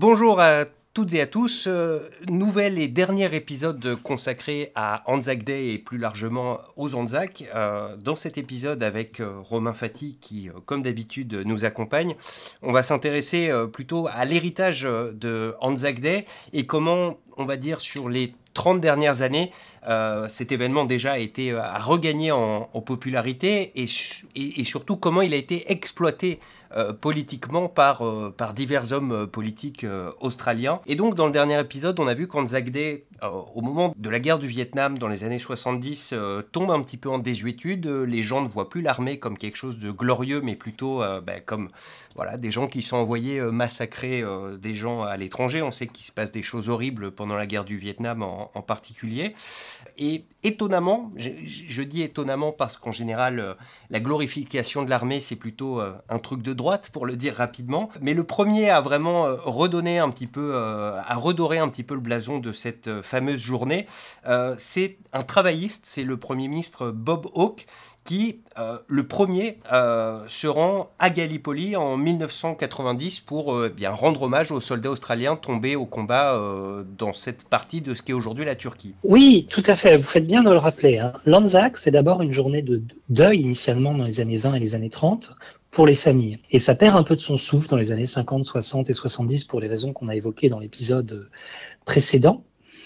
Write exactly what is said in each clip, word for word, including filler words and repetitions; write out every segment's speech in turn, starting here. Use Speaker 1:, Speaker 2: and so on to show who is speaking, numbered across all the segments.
Speaker 1: Bonjour à toutes et à tous, euh, nouvel et dernier épisode consacré à Anzac Day et plus largement aux Anzacs. Euh, dans cet épisode avec euh, Romain Fati qui, euh, comme d'habitude, nous accompagne, on va s'intéresser euh, plutôt à l'héritage de Anzac Day et comment, on va dire, sur les trente dernières années, euh, cet événement déjà a été euh, a regagné en, en popularité et, et, et surtout comment il a été exploité Euh, politiquement par, euh, par divers hommes euh, politiques euh, australiens. Et donc dans le dernier épisode, on a vu qu'Anzac Day, euh, au moment de la guerre du Vietnam dans les années soixante-dix, euh, tombe un petit peu en désuétude. Les gens ne voient plus l'armée comme quelque chose de glorieux, mais plutôt euh, ben, comme voilà, des gens qui sont envoyés euh, massacrer euh, des gens à l'étranger. On sait qu'il se passe des choses horribles pendant la guerre du Vietnam en, en particulier. Et étonnamment, je, je dis étonnamment parce qu'en général, euh, la glorification de l'armée, c'est plutôt euh, un truc de droite, pour le dire rapidement. Mais le premier à vraiment euh, redonner un petit peu, euh, à redorer un petit peu le blason de cette euh, fameuse journée, euh, c'est un travailliste, c'est le Premier ministre Bob Hawke, qui, euh, le premier, euh, se rend à Gallipoli en dix-neuf cent quatre-vingt-dix pour euh, bien rendre hommage aux soldats australiens tombés au combat euh, dans cette partie de ce qu'est aujourd'hui la Turquie.
Speaker 2: Oui, tout à fait, vous faites bien de le rappeler. Hein. L'Anzac, c'est d'abord une journée de deuil, initialement dans les années vingt et les années trente, pour les familles. Et ça perd un peu de son souffle dans les années cinquante, soixante et soixante-dix pour les raisons qu'on a évoquées dans l'épisode précédent.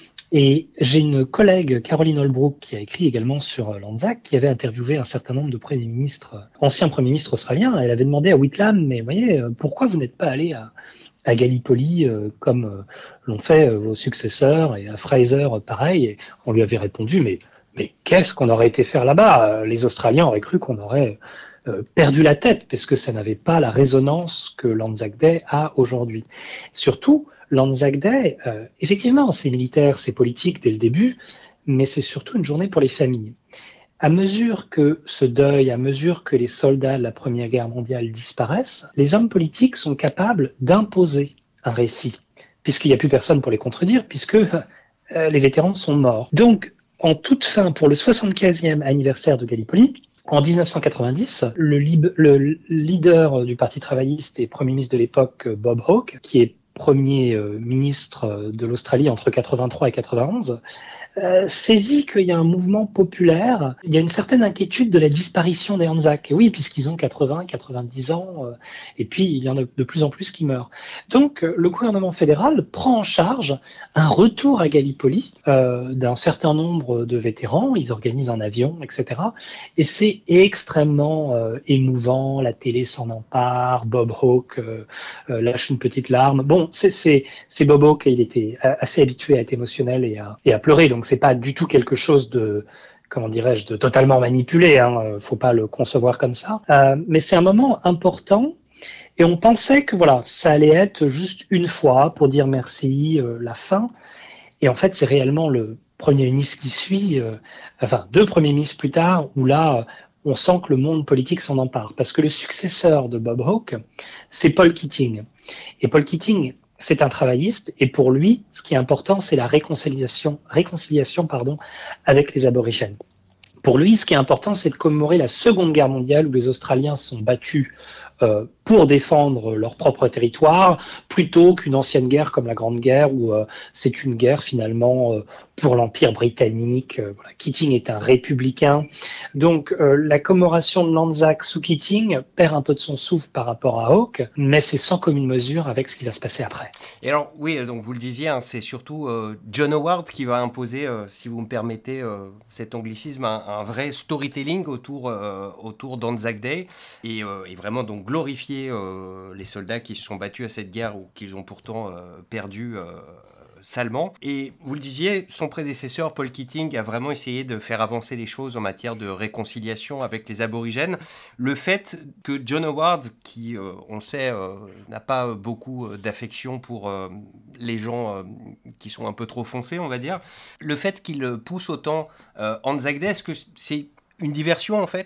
Speaker 2: Et j'ai une collègue, Caroline Holbrook, qui a écrit également sur l'Anzac, qui avait interviewé un certain nombre de premiers ministres, anciens premiers ministres australiens. Elle avait demandé à Whitlam, mais voyez, pourquoi vous n'êtes pas allé à, à Gallipoli euh, comme euh, l'ont fait euh, vos successeurs, et à Fraser, euh, pareil. Et on lui avait répondu, mais, mais qu'est-ce qu'on aurait été faire là-bas ? Les Australiens auraient cru qu'on aurait euh, perdu la tête, parce que ça n'avait pas la résonance que l'Anzac Day a aujourd'hui. Surtout, l'Anzac Day, euh, effectivement, c'est militaire, c'est politique dès le début, mais c'est surtout une journée pour les familles. À mesure que ce deuil, à mesure que les soldats de la Première Guerre mondiale disparaissent, les hommes politiques sont capables d'imposer un récit, puisqu'il n'y a plus personne pour les contredire, puisque euh, les vétérans sont morts. Donc, en toute fin, pour le soixante-quinzième anniversaire de Gallipoli, en dix-neuf cent quatre-vingt-dix, le, lib- le leader du Parti travailliste et premier ministre de l'époque, Bob Hawke, qui est premier euh, ministre de l'Australie entre quatre-vingt-trois et quatre-vingt-onze, euh, saisit qu'il y a un mouvement populaire, il y a une certaine inquiétude de la disparition des Anzacs. Et oui, puisqu'ils ont quatre-vingts, quatre-vingt-dix ans, euh, et puis il y en a de plus en plus qui meurent. Donc euh, le gouvernement fédéral prend en charge un retour à Gallipoli euh, d'un certain nombre de vétérans, ils organisent un avion, et cetera. Et c'est extrêmement euh, émouvant, la télé s'en empare, Bob Hawke euh, euh, lâche une petite larme. Bon, c'est, c'est, c'est Bob Hawke, il était assez habitué à être émotionnel et à, et à pleurer, donc c'est pas du tout quelque chose de, comment dirais-je, de totalement manipulé, hein, faut pas le concevoir comme ça. Euh, mais c'est un moment important et on pensait que voilà, ça allait être juste une fois pour dire merci, euh, la fin. Et en fait, c'est réellement le premier ministre qui suit, euh, enfin deux premiers ministres plus tard, où là, on sent que le monde politique s'en empare. Parce que le successeur de Bob Hawke, c'est Paul Keating. Et Paul Keating, c'est un travailliste, et pour lui, ce qui est important, c'est la réconciliation, réconciliation pardon, avec les aborigènes. Pour lui, ce qui est important, c'est de commémorer la Seconde Guerre mondiale, où les Australiens sont battus euh, pour défendre leur propre territoire, plutôt qu'une ancienne guerre comme la Grande Guerre, où euh, c'est une guerre finalement euh, pour l'Empire britannique. Euh, voilà. Keating est un républicain. Donc euh, la commémoration de l'Anzac sous Keating perd un peu de son souffle par rapport à Hawke, mais c'est sans commune mesure avec ce qui va se passer après.
Speaker 1: Et alors, oui, donc vous le disiez, hein, c'est surtout euh, John Howard qui va imposer, euh, si vous me permettez euh, cet anglicisme, un, un vrai storytelling autour, euh, autour d'Anzac Day et, euh, et vraiment donc glorifier euh, les soldats qui se sont battus à cette guerre ou qu'ils ont pourtant euh, perdu euh, salement. Et vous le disiez, son prédécesseur, Paul Keating, a vraiment essayé de faire avancer les choses en matière de réconciliation avec les aborigènes. Le fait que John Howard, qui, euh, on le sait, euh, n'a pas beaucoup d'affection pour euh, les gens euh, qui sont un peu trop foncés, on va dire, le fait qu'il pousse autant euh, Anzac Day, est-ce que c'est une diversion en fait ?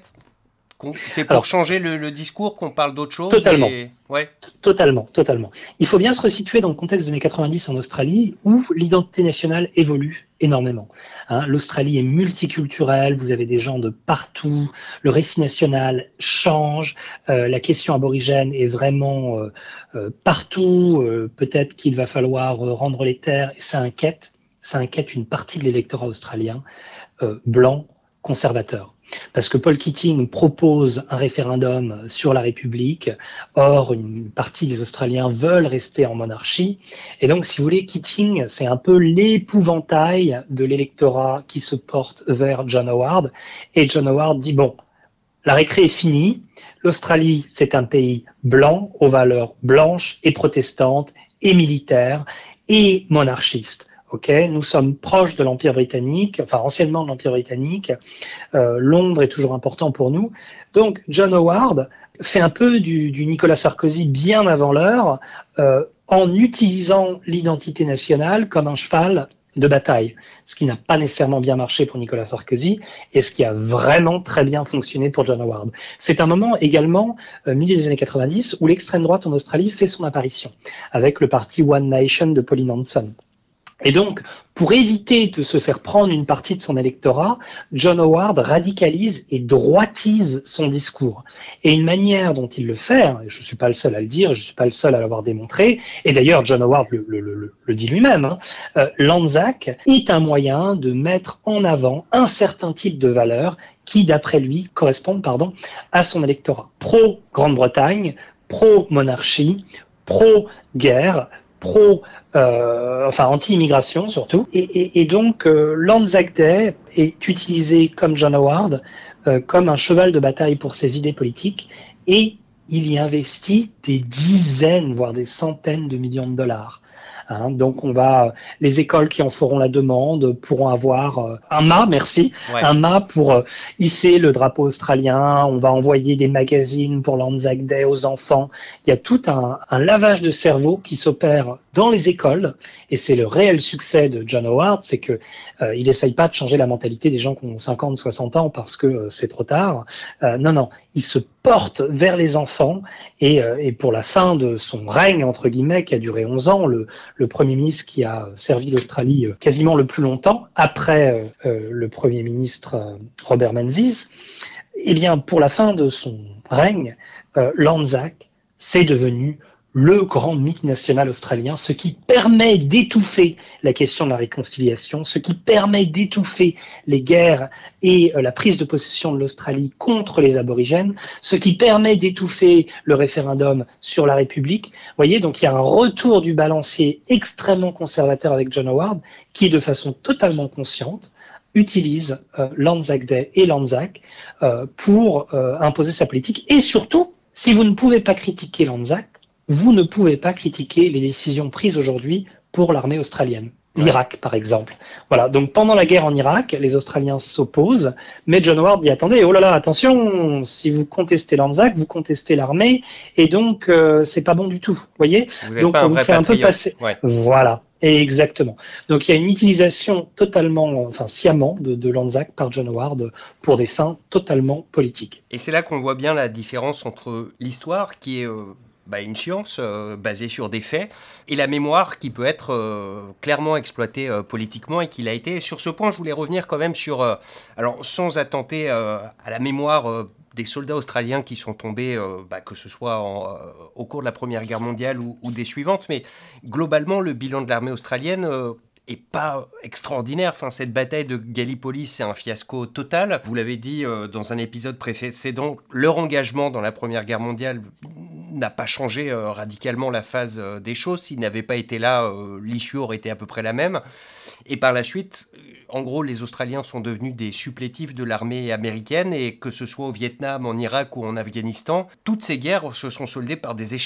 Speaker 1: C'est pour
Speaker 2: Alors,
Speaker 1: changer le, le discours qu'on parle d'autre chose.
Speaker 2: Totalement.
Speaker 1: Et... Ouais.
Speaker 2: Totalement, totalement. Il faut bien se resituer dans le contexte des années quatre-vingt-dix en Australie, où l'identité nationale évolue énormément. Hein, l'Australie est multiculturelle, vous avez des gens de partout, le récit national change, euh, la question aborigène est vraiment euh, euh, partout, euh, peut-être qu'il va falloir euh, rendre les terres, et ça inquiète, ça inquiète une partie de l'électorat australien, euh, blanc, conservateur. Parce que Paul Keating propose un référendum sur la République, or une partie des Australiens veulent rester en monarchie, et donc si vous voulez, Keating, c'est un peu l'épouvantail de l'électorat qui se porte vers John Howard, et John Howard dit bon, la récré est finie, l'Australie c'est un pays blanc, aux valeurs blanches et protestantes, et militaires, et monarchistes. Ok, nous sommes proches de l'Empire britannique, enfin anciennement de l'Empire britannique. Euh, Londres est toujours important pour nous. Donc John Howard fait un peu du, du Nicolas Sarkozy bien avant l'heure, euh, en utilisant l'identité nationale comme un cheval de bataille, ce qui n'a pas nécessairement bien marché pour Nicolas Sarkozy et ce qui a vraiment très bien fonctionné pour John Howard. C'est un moment également, euh, milieu des années quatre-vingt-dix, où l'extrême droite en Australie fait son apparition, avec le parti One Nation de Pauline Hanson. Et donc, pour éviter de se faire prendre une partie de son électorat, John Howard radicalise et droitise son discours. Et une manière dont il le fait, hein, je ne suis pas le seul à le dire, je ne suis pas le seul à l'avoir démontré, et d'ailleurs John Howard le, le, le, le dit lui-même, hein, euh, l'Anzac est un moyen de mettre en avant un certain type de valeurs qui, d'après lui, correspondent pardon, à son électorat. Pro-Grande-Bretagne, pro-monarchie, pro-guerre, pro, euh, enfin anti-immigration surtout, et, et, et donc euh, l'Anzac Day est utilisé comme John Howard euh, comme un cheval de bataille pour ses idées politiques, et il y investit des dizaines, voire des centaines de millions de dollars. Hein, donc on va, les écoles qui en feront la demande pourront avoir euh, un mât, merci, ouais. un mât pour euh, hisser le drapeau australien. On va envoyer des magazines pour l'Anzac Day aux enfants. Il y a tout un, un lavage de cerveau qui s'opère dans les écoles, et c'est le réel succès de John Howard, c'est que euh, il essaye pas de changer la mentalité des gens qui ont cinquante, soixante ans parce que euh, c'est trop tard. Euh, non, non, il se porte vers les enfants, et, euh, et pour la fin de son règne entre guillemets qui a duré onze ans, le le Premier ministre qui a servi l'Australie quasiment le plus longtemps, après euh, le Premier ministre euh, Robert Menzies, eh bien, pour la fin de son règne, euh, l'Anzac, c'est devenu le grand mythe national australien, ce qui permet d'étouffer la question de la réconciliation, ce qui permet d'étouffer les guerres et euh, la prise de possession de l'Australie contre les aborigènes, ce qui permet d'étouffer le référendum sur la République. Vous voyez, donc il y a un retour du balancier extrêmement conservateur avec John Howard, qui, de façon totalement consciente, utilise euh, l'Anzac Day et l'Anzac euh, pour euh, imposer sa politique. Et surtout, si vous ne pouvez pas critiquer l'Anzac, vous ne pouvez pas critiquer les décisions prises aujourd'hui pour l'armée australienne. L'Irak, par exemple. Voilà. Donc, pendant la guerre en Irak, les Australiens s'opposent, mais John Howard dit, attendez, oh là là, attention, si vous contestez l'Anzac, vous contestez l'armée, et donc, euh, c'est pas bon du tout. Vous voyez?
Speaker 1: Vous
Speaker 2: donc,
Speaker 1: pas
Speaker 2: on
Speaker 1: un
Speaker 2: vous
Speaker 1: vrai
Speaker 2: fait
Speaker 1: patriote.
Speaker 2: un peu passer.
Speaker 1: Ouais.
Speaker 2: Voilà. Et exactement. Donc, il y a une utilisation totalement, enfin, sciemment de, de l'Anzac par John Howard pour des fins totalement politiques.
Speaker 1: Et c'est là qu'on voit bien la différence entre l'histoire, qui est euh, bah, une science euh, basée sur des faits, et la mémoire qui peut être euh, clairement exploitée euh, politiquement, et qui l'a été. Sur ce point, je voulais revenir quand même sur, euh, alors sans attenter euh, à la mémoire euh, des soldats australiens qui sont tombés, euh, bah, que ce soit en, euh, au cours de la Première Guerre mondiale ou, ou des suivantes, mais globalement, le bilan de l'armée australienne euh, est pas extraordinaire. Enfin, cette bataille de Gallipoli, c'est un fiasco total. Vous l'avez dit euh, dans un épisode précédent, leur engagement dans la Première Guerre mondiale n'a pas changé euh, radicalement la phase euh, des choses. S'ils n'avaient pas été là, euh, l'issue aurait été à peu près la même. Et par la suite, en gros, les Australiens sont devenus des supplétifs de l'armée américaine, et que ce soit au Vietnam, en Irak ou en Afghanistan, toutes ces guerres se sont soldées par des échecs.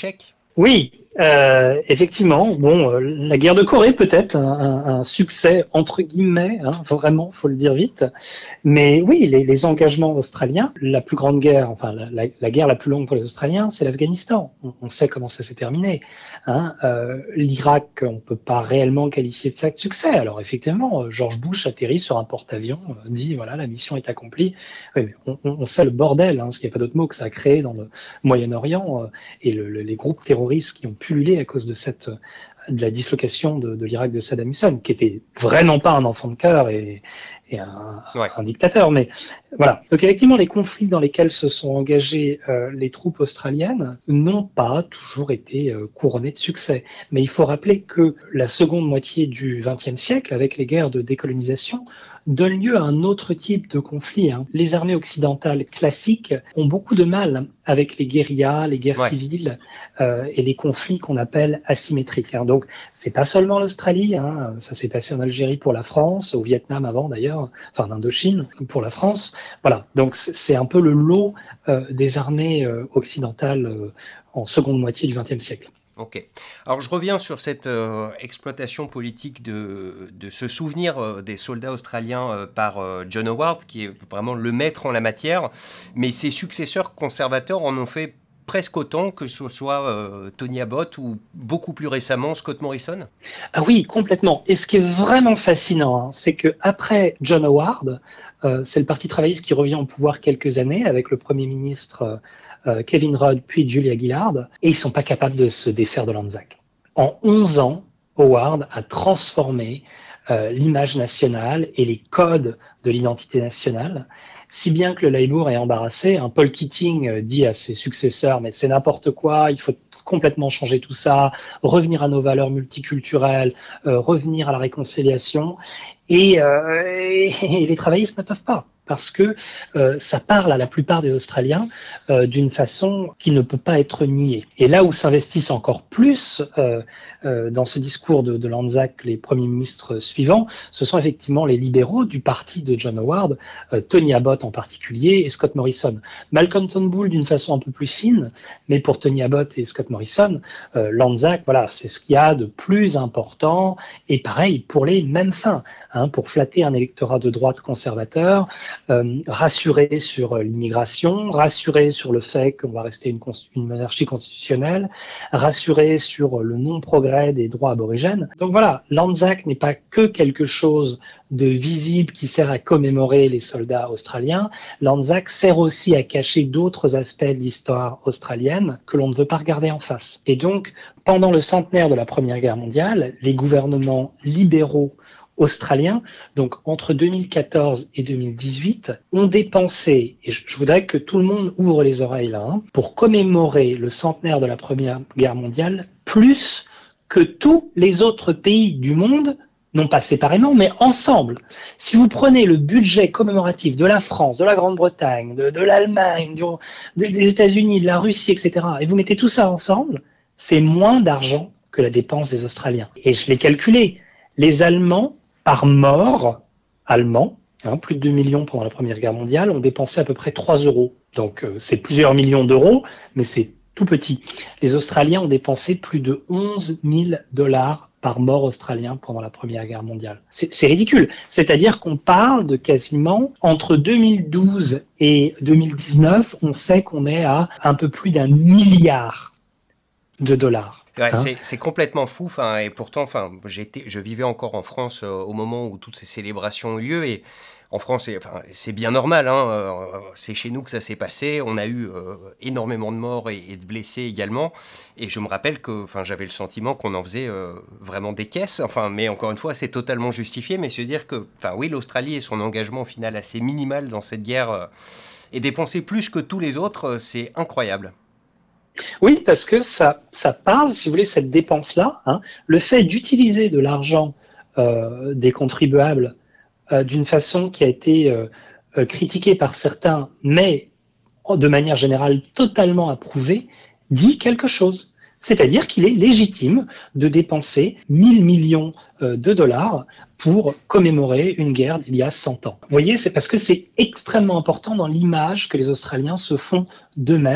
Speaker 2: Oui, euh, effectivement. Bon, euh, la guerre de Corée peut-être un, un- un succès entre guillemets, hein, vraiment, faut le dire vite. Mais oui, les, les engagements australiens, la plus grande guerre, enfin la, la- la guerre la plus longue pour les Australiens, c'est l'Afghanistan. On, on sait comment ça s'est terminé. Hein. Euh, L'Irak, on peut pas réellement qualifier de ça de succès. Alors effectivement, euh, George Bush atterrit sur un porte-avions, euh, dit voilà, la mission est accomplie. Oui, mais on, on- on sait le bordel, hein, parce qu'il n'y a pas d'autre mot que ça a créé dans le Moyen-Orient, euh, et le- le- les groupes terroristes qui ont pullulé à cause de cette de la dislocation de, de l'Irak de Saddam Hussein, qui était vraiment pas un enfant de cœur et, et un,
Speaker 1: Ouais.
Speaker 2: un dictateur. Mais voilà. Donc effectivement, les conflits dans lesquels se sont engagées euh, les troupes australiennes n'ont pas toujours été euh, couronnés de succès. Mais il faut rappeler que la seconde moitié du vingtième siècle, avec les guerres de décolonisation, donne lieu à un autre type de conflit. Hein. Les armées occidentales classiques ont beaucoup de mal avec les guérillas, les guerres
Speaker 1: Ouais.
Speaker 2: civiles euh, et les conflits qu'on appelle asymétriques. Hein. Donc, c'est pas seulement l'Australie, hein, ça s'est passé en Algérie pour la France, au Vietnam avant d'ailleurs, enfin en Indochine pour la France. Voilà, donc c'est un peu le lot euh, des armées euh, occidentales euh, en seconde moitié du vingtième siècle.
Speaker 1: Ok. Alors je reviens sur cette euh, exploitation politique de, de ce souvenir euh, des soldats australiens euh, par euh, John Howard, qui est vraiment le maître en la matière, mais ses successeurs conservateurs en ont fait presque autant, que ce soit euh, Tony Abbott ou beaucoup plus récemment Scott Morrison.
Speaker 2: Ah oui, complètement. Et ce qui est vraiment fascinant, hein, c'est que après John Howard, euh, c'est le Parti travailliste qui revient au pouvoir quelques années avec le Premier ministre euh, Kevin Rudd puis Julia Gillard, et ils sont pas capables de se défaire de l'Anzac. En onze ans, Howard a transformé euh, l'image nationale et les codes de l'identité nationale, si bien que le Labour est embarrassé. Un Paul Keating dit à ses successeurs, mais c'est n'importe quoi, il faut complètement changer tout ça, revenir à nos valeurs multiculturelles, euh, revenir à la réconciliation. Et, euh, et les travaillistes ne peuvent pas, parce que euh, ça parle à la plupart des Australiens euh, d'une façon qui ne peut pas être niée. Et là où s'investissent encore plus euh, euh, dans ce discours de, de l'Anzac les premiers ministres suivants, ce sont effectivement les libéraux du parti de John Howard, euh, Tony Abbott en particulier et Scott Morrison. Malcolm Turnbull d'une façon un peu plus fine, mais pour Tony Abbott et Scott Morrison, euh, l'Anzac, voilà, c'est ce qu'il y a de plus important, et pareil pour les mêmes fins. Hein, pour flatter un électorat de droite conservateur, euh, rassurer sur l'immigration, rassurer sur le fait qu'on va rester une, une monarchie constitutionnelle, rassurer sur le non-progrès des droits aborigènes. Donc voilà, l'Anzac n'est pas que quelque chose de visible qui sert à commémorer les soldats australiens. L'Anzac sert aussi à cacher d'autres aspects de l'histoire australienne que l'on ne veut pas regarder en face. Et donc, pendant le centenaire de la Première Guerre mondiale, les gouvernements libéraux australiens, donc entre deux mille quatorze et deux mille dix-huit, ont dépensé, et je voudrais que tout le monde ouvre les oreilles là, hein, pour commémorer le centenaire de la Première Guerre mondiale, plus que tous les autres pays du monde, non pas séparément, mais ensemble. Si vous prenez le budget commémoratif de la France, de la Grande-Bretagne, de, de l'Allemagne, du, des États-Unis, de la Russie, et cetera, et vous mettez tout ça ensemble, c'est moins d'argent que la dépense des Australiens. Et je l'ai calculé. Les Allemands, par mort allemand, hein, plus de deux millions pendant la Première Guerre mondiale, ont dépensé à peu près trois euros. Donc euh, c'est plusieurs millions d'euros, mais c'est tout petit. Les Australiens ont dépensé plus de onze mille dollars par mort australien pendant la Première Guerre mondiale. C'est, c'est ridicule. C'est-à-dire qu'on parle de quasiment, entre deux mille douze et deux mille dix-neuf, on sait qu'on est à un peu plus d'un milliard de dollars.
Speaker 1: Ouais,
Speaker 2: Hein
Speaker 1: c'est, c'est complètement fou, enfin, et pourtant, enfin, j'étais, je vivais encore en France euh, au moment où toutes ces célébrations ont eu lieu, et en France, c'est, enfin, c'est bien normal, hein, euh, c'est chez nous que ça s'est passé, on a eu euh, énormément de morts et, et de blessés également, et je me rappelle que, enfin, j'avais le sentiment qu'on en faisait euh, vraiment des caisses, enfin, mais encore une fois, c'est totalement justifié, mais se dire que, enfin, oui, l'Australie et son engagement au final assez minimal dans cette guerre euh, et dépenser plus que tous les autres, euh, c'est incroyable.
Speaker 2: Oui, parce que ça, ça parle, si vous voulez, cette dépense-là, hein, le fait d'utiliser de l'argent euh, des contribuables euh, d'une façon qui a été euh, euh, critiquée par certains, mais de manière générale totalement approuvée, dit quelque chose. C'est-à-dire qu'il est légitime de dépenser mille millions euh, de dollars pour commémorer une guerre d'il y a cent ans. Vous voyez, c'est parce que c'est extrêmement important dans l'image que les Australiens se font d'eux-mêmes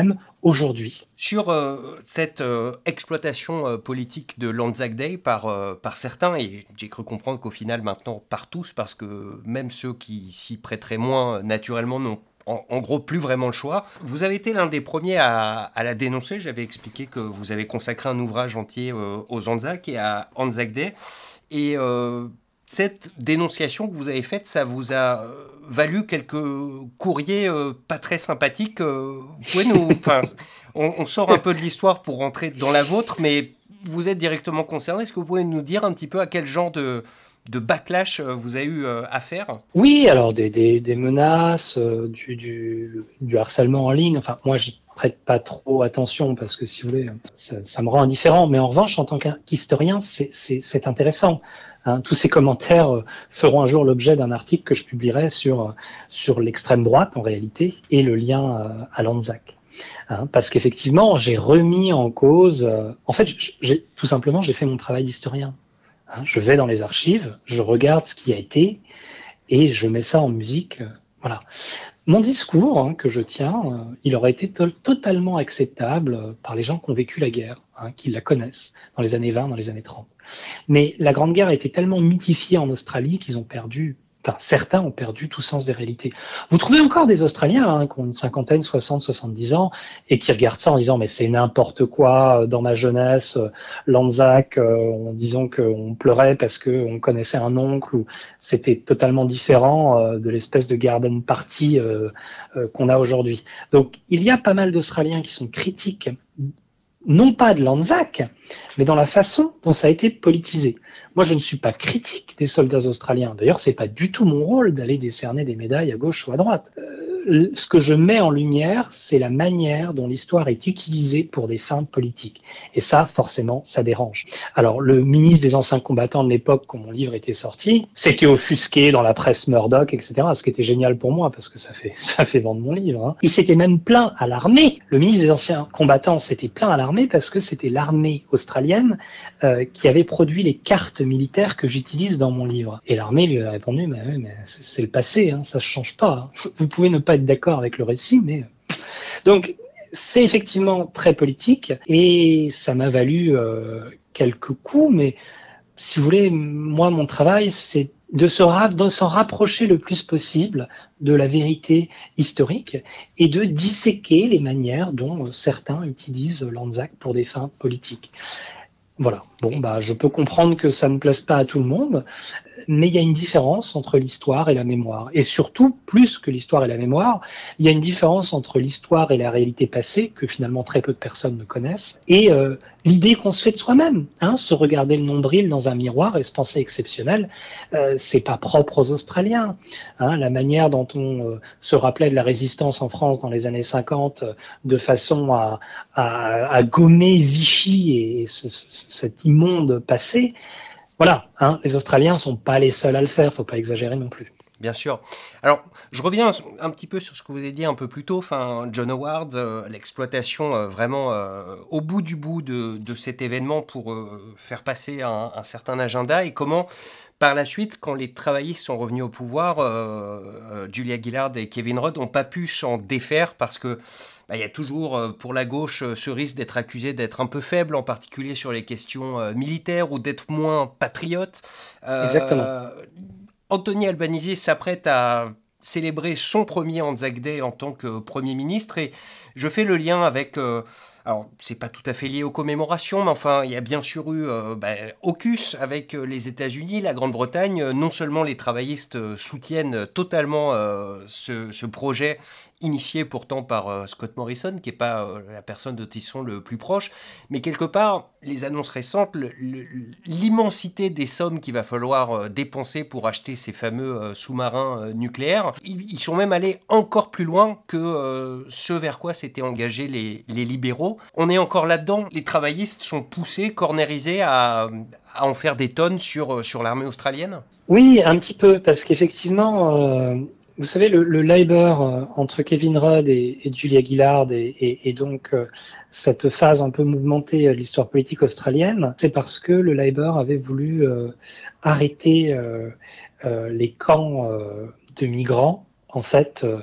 Speaker 2: aujourd'hui.
Speaker 1: Sur euh, cette euh, exploitation euh, politique de l'Anzac Day par, euh, par certains, et j'ai cru comprendre qu'au final maintenant par tous, parce que même ceux qui s'y prêteraient moins naturellement n'ont en, en gros plus vraiment le choix. Vous avez été l'un des premiers à, à la dénoncer. J'avais expliqué que vous avez consacré un ouvrage entier euh, aux Anzac et à Anzac Day. Et euh, cette dénonciation que vous avez faite, ça vous a valu quelques courriers euh, pas très sympathiques. Euh, vous pouvez nous... On, on sort un peu de l'histoire pour rentrer dans la vôtre, mais vous êtes directement concerné. Est-ce que vous pouvez nous dire un petit peu à quel genre de, de backlash vous avez eu euh, affaire ?
Speaker 2: Oui, alors des, des, des menaces, euh, du, du, du harcèlement en ligne. Enfin, moi, j'y prête pas trop attention parce que, si vous voulez, ça, ça me rend indifférent. Mais en revanche, en tant qu'historien, c'est, c'est, c'est intéressant. Hein, tous ces commentaires euh, feront un jour l'objet d'un article que je publierai sur, sur l'extrême droite, en réalité, et le lien euh, à l'Anzac. Hein, parce qu'effectivement, j'ai remis en cause... Euh, en fait, j'ai, tout simplement, j'ai fait mon travail d'historien. Hein, je vais dans les archives, je regarde ce qui a été et je mets ça en musique. Euh, voilà. Mon discours hein, que je tiens, euh, il aurait été to- totalement acceptable euh, par les gens qui ont vécu la guerre, hein, qui la connaissent dans les années vingt, dans les années trente. Mais la Grande Guerre a été tellement mythifiée en Australie qu'ils ont perdu... Enfin, certains ont perdu tout sens des réalités. Vous trouvez encore des Australiens hein, qui ont une cinquantaine, soixante, soixante-dix ans et qui regardent ça en disant mais c'est n'importe quoi, dans ma jeunesse, l'Anzac, euh, en disant qu'on pleurait parce qu'on connaissait un oncle ou c'était totalement différent euh, de l'espèce de garden party euh, euh, qu'on a aujourd'hui. Donc il y a pas mal d'Australiens qui sont critiques, non pas de l'Anzac, mais dans la façon dont ça a été politisé. Moi, je ne suis pas critique des soldats australiens. D'ailleurs, c'est pas du tout mon rôle d'aller décerner des médailles à gauche ou à droite. Euh, ce que je mets en lumière, c'est la manière dont l'histoire est utilisée pour des fins politiques. Et ça, forcément, ça dérange. Alors, le ministre des anciens combattants de l'époque, quand mon livre était sorti, s'était offusqué dans la presse Murdoch, et cetera. Ce qui était génial pour moi, parce que ça fait, ça fait vendre mon livre. Hein. Il s'était même plaint à l'armée. Le ministre des anciens combattants s'était plaint à l'armée parce que c'était l'armée australienne euh, qui avait produit les cartes militaires que j'utilise dans mon livre. Et l'armée lui a répondu, mais, mais c'est, c'est le passé, hein, ça ne change pas. Hein. Vous pouvez ne pas être d'accord avec le récit, mais... Donc, c'est effectivement très politique et ça m'a valu euh, quelques coups, mais si vous voulez, moi, mon travail, c'est de, se ra- de s'en rapprocher le plus possible de la vérité historique et de disséquer les manières dont certains utilisent l'Anzac pour des fins politiques. Voilà. Bon, bah, je peux comprendre que ça ne plaise pas à tout le monde, mais il y a une différence entre l'histoire et la mémoire. Et surtout, plus que l'histoire et la mémoire, il y a une différence entre l'histoire et la réalité passée, que finalement très peu de personnes ne connaissent, et euh, l'idée qu'on se fait de soi-même. Hein, se regarder le nombril dans un miroir et se penser exceptionnel, euh, c'est pas propre aux Australiens. Hein, la manière dont on euh, se rappelait de la résistance en France dans les années cinquante, euh, de façon à, à, à gommer Vichy et ce, ce, cet immonde passé, voilà, hein, les Australiens sont pas les seuls à le faire, faut pas exagérer non plus.
Speaker 1: Bien sûr. Alors, je reviens un petit peu sur ce que vous avez dit un peu plus tôt. Enfin, John Howard, euh, l'exploitation euh, vraiment euh, au bout du bout de, de cet événement pour euh, faire passer un, un certain agenda et comment, par la suite, quand les travaillistes sont revenus au pouvoir, euh, euh, Julia Gillard et Kevin Rudd n'ont pas pu s'en défaire parce que bah, y a toujours, euh, pour la gauche, euh, ce risque d'être accusé d'être un peu faible, en particulier sur les questions euh, militaires ou d'être moins patriote. Euh,
Speaker 2: Exactement.
Speaker 1: Anthony Albanese s'apprête à célébrer son premier Anzac Day en tant que Premier ministre et je fais le lien avec... Euh, alors, c'est pas tout à fait lié aux commémorations, mais enfin, il y a bien sûr eu euh, bah, AUKUS avec les États-Unis, la Grande-Bretagne. Non seulement les travaillistes soutiennent totalement euh, ce, ce projet initié pourtant par euh, Scott Morrison, qui n'est pas euh, la personne dont ils sont le plus proche, mais quelque part, les annonces récentes, le, le, l'immensité des sommes qu'il va falloir euh, dépenser pour acheter ces fameux euh, sous-marins euh, nucléaires, ils, ils sont même allés encore plus loin que euh, ce vers quoi s'étaient engagés les, les libéraux. On est encore là-dedans, les travaillistes sont poussés, cornérisés à, à en faire des tonnes sur, sur l'armée australienne ?
Speaker 2: Oui, un petit peu, parce qu'effectivement... Euh... Vous savez, le, le Labour euh, entre Kevin Rudd et, et Julia Gillard et, et, et donc euh, cette phase un peu mouvementée euh, de l'histoire politique australienne, c'est parce que le Labour avait voulu euh, arrêter euh, euh, les camps euh, de migrants, en fait, euh,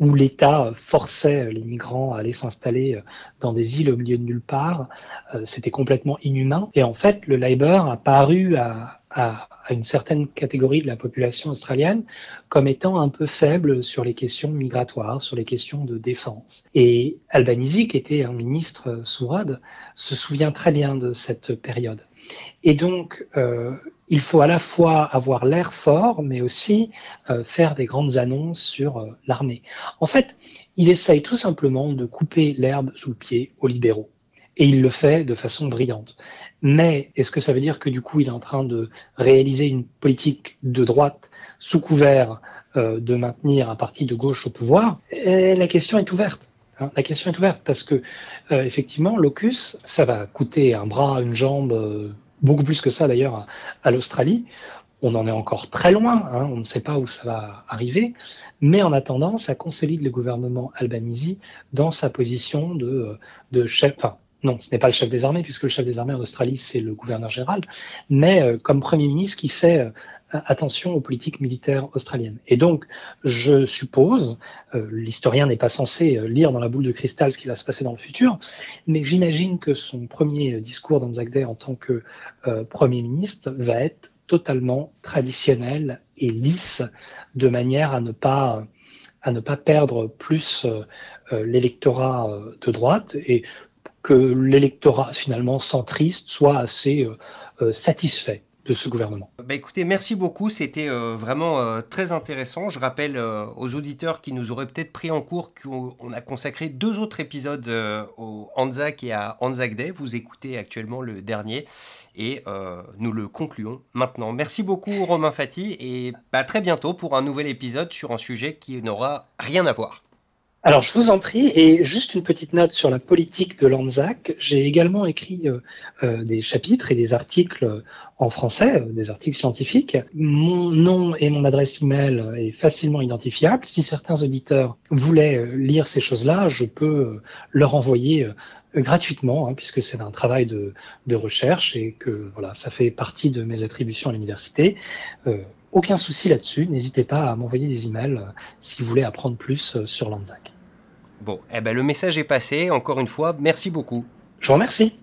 Speaker 2: où l'État forçait les migrants à aller s'installer dans des îles au milieu de nulle part. Euh, c'était complètement inhumain. Et en fait, le Labour a paru à, à, à une certaine catégorie de la population australienne comme étant un peu faible sur les questions migratoires, sur les questions de défense. Et Albanese, qui était un ministre sous Rudd, se souvient très bien de cette période. Et donc, euh, il faut à la fois avoir l'air fort, mais aussi euh, faire des grandes annonces sur euh, l'armée. En fait, il essaye tout simplement de couper l'herbe sous le pied aux libéraux. Et il le fait de façon brillante. Mais est-ce que ça veut dire que du coup, il est en train de réaliser une politique de droite sous couvert euh, de maintenir un parti de gauche au pouvoir? Et la question est ouverte. La question est ouverte parce que, euh, effectivement, l'AUKUS, ça va coûter un bras, une jambe, euh, beaucoup plus que ça d'ailleurs à, à l'Australie. On en est encore très loin, hein, on ne sait pas où ça va arriver, mais en attendant, ça consolide le gouvernement Albanese dans sa position de, de chef. Enfin, non, ce n'est pas le chef des armées, puisque le chef des armées en Australie, c'est le gouverneur général, mais euh, comme Premier ministre qui fait euh, attention aux politiques militaires australiennes. Et donc, je suppose, euh, l'historien n'est pas censé euh, lire dans la boule de cristal ce qui va se passer dans le futur, mais j'imagine que son premier discours d'Anzac Day en tant que euh, Premier ministre va être totalement traditionnel et lisse, de manière à ne pas à ne pas perdre plus euh, l'électorat de droite et que l'électorat finalement centriste soit assez euh, euh, satisfait de ce gouvernement.
Speaker 1: Bah écoutez, merci beaucoup, c'était euh, vraiment euh, très intéressant. Je rappelle euh, aux auditeurs qui nous auraient peut-être pris en cours qu'on a consacré deux autres épisodes euh, au Anzac et à Anzac Day. Vous écoutez actuellement le dernier et euh, nous le concluons maintenant. Merci beaucoup Romain Fati et à bah, très bientôt pour un nouvel épisode sur un sujet qui n'aura rien à voir.
Speaker 2: Alors, je vous en prie, et juste une petite note sur la politique de l'Anzac. J'ai également écrit euh, euh, des chapitres et des articles en français, euh, des articles scientifiques. Mon nom et mon adresse email est facilement identifiable. Si certains auditeurs voulaient euh, lire ces choses-là, je peux euh, leur envoyer euh, gratuitement, hein, puisque c'est un travail de, de recherche et que voilà, ça fait partie de mes attributions à l'université. Euh, Aucun souci là-dessus, n'hésitez pas à m'envoyer des emails euh, si vous voulez apprendre plus euh, sur l'Anzac.
Speaker 1: Bon, eh ben le message est passé, encore une fois, merci beaucoup.
Speaker 2: Je vous remercie.